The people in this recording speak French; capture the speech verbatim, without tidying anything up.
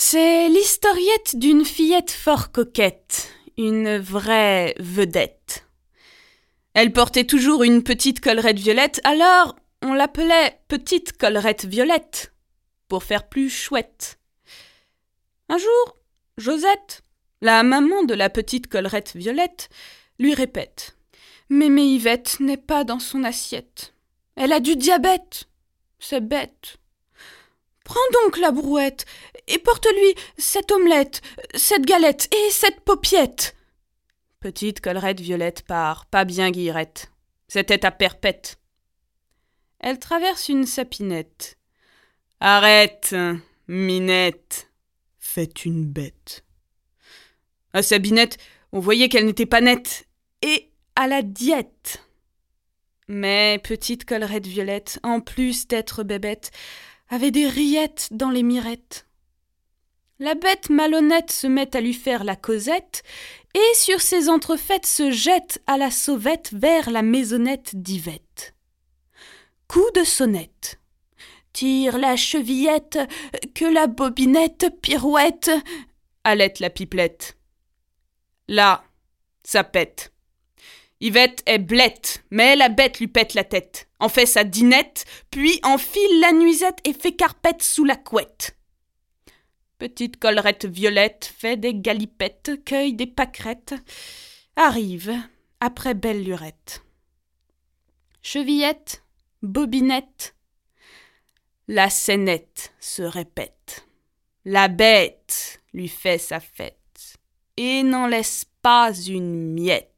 C'est l'historiette d'une fillette fort coquette, une vraie vedette. Elle portait toujours une petite collerette violette, alors on l'appelait Petite Collerette Violette, pour faire plus chouette. Un jour, Josette, la maman de la petite collerette violette, lui répète « Mémé Yvette n'est pas dans son assiette. Elle a du diabète. C'est bête. Prends donc la brouette et porte-lui cette omelette, cette galette et cette paupiette. » Petite collerette violette part, pas bien guillerette. C'était à perpète. Elle traverse une sapinette. « Arrête, Minette, faites une bête. » À Sabinette, on voyait qu'elle n'était pas nette, et à la diète. Mais petite collerette violette, en plus d'être bébête, avait des rillettes dans les mirettes. La bête malhonnête se met à lui faire la causette, et sur ses entrefaites se jette à la sauvette vers la maisonnette d'Yvette. Coup de sonnette. Tire la chevillette, que la bobinette pirouette, halète la pipelette. Là, ça pète. Yvette est blette, mais la bête lui pète la tête, en fait sa dinette, puis enfile la nuisette et fait carpette sous la couette. Petite collerette violette fait des galipettes, cueille des pâquerettes, arrive après belle lurette. Chevillette, bobinette, la scénette se répète. La bête lui fait sa fête et n'en laisse pas une miette.